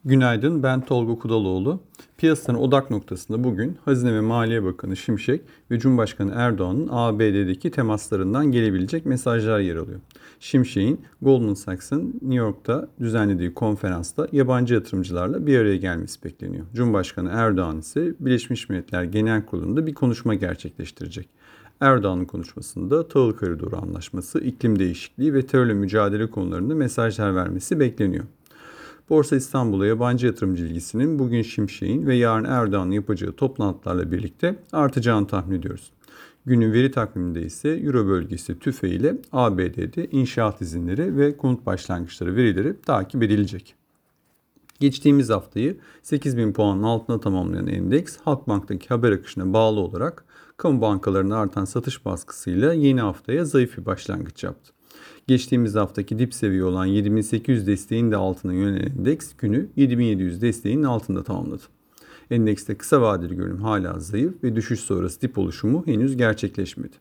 Günaydın, ben Tolga Kudaloğlu. Piyasanın odak noktasında bugün Hazine ve Maliye Bakanı Şimşek ve Cumhurbaşkanı Erdoğan'ın ABD'deki temaslarından gelebilecek mesajlar yer alıyor. Şimşek'in Goldman Sachs'ın New York'ta düzenlediği konferansta yabancı yatırımcılarla bir araya gelmesi bekleniyor. Cumhurbaşkanı Erdoğan ise Birleşmiş Milletler Genel Kurulu'nda bir konuşma gerçekleştirecek. Erdoğan'ın konuşmasında Tahıl Koridoru Anlaşması, iklim değişikliği ve terörle mücadele konularında mesajlar vermesi bekleniyor. Borsa İstanbul'a yabancı yatırımcı ilgisinin bugün Şimşek'in ve yarın Erdoğan'ın yapacağı toplantılarla birlikte artacağını tahmin ediyoruz. Günün veri takviminde ise Euro bölgesi tüfe ile ABD'de inşaat izinleri ve konut başlangıçları verileri takip edilecek. Geçtiğimiz haftayı 8.000 puanın altına tamamlayan endeks Halkbank'taki haber akışına bağlı olarak kamu bankalarına artan satış baskısıyla yeni haftaya zayıf bir başlangıç yaptı. Geçtiğimiz haftaki dip seviye olan 7.800 desteğin de altına yönelen endeks günü 7.700 desteğinin altında tamamladı. Endekste kısa vadeli görünüm hala zayıf ve düşüş sonrası dip oluşumu henüz gerçekleşmedi.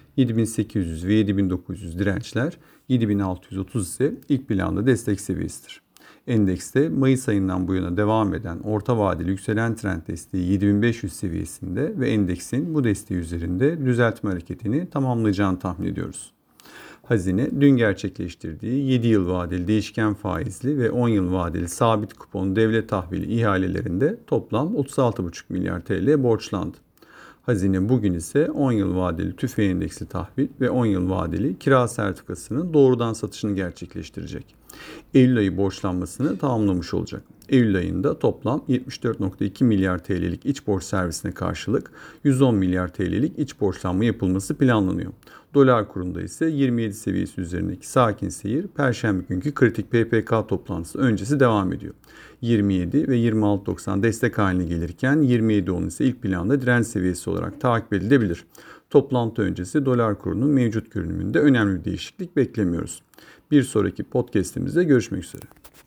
7.800 ve 7.900 dirençler, 7.630 ise ilk planda destek seviyesidir. Endekste Mayıs ayından bu yana devam eden orta vadeli yükselen trend desteği 7500 seviyesinde ve endeksin bu desteği üzerinde düzeltme hareketini tamamlayacağını tahmin ediyoruz. Hazine dün gerçekleştirdiği 7 yıl vadeli değişken faizli ve 10 yıl vadeli sabit kupon devlet tahvili ihalelerinde toplam 36,5 milyar TL borçlandı. Hazine bugün ise 10 yıl vadeli tüfe endeksli tahvil ve 10 yıl vadeli kira sertifikasının doğrudan satışını gerçekleştirecek. Eylül ayı borçlanmasını tamamlamış olacak. Eylül ayında toplam 74,2 milyar TL'lik iç borç servisine karşılık 110 milyar TL'lik iç borçlanma yapılması planlanıyor. Dolar kurunda ise 27 seviyesi üzerindeki sakin seyir Perşembe günkü kritik PPK toplantısı öncesi devam ediyor. 27 ve 26.90 destek haline gelirken 27.10 ise ilk planda direnç seviyesi olarak takip edilebilir. Toplantı öncesi dolar kurunun mevcut görünümünde önemli bir değişiklik beklemiyoruz. Bir sonraki podcast'imizde görüşmek üzere.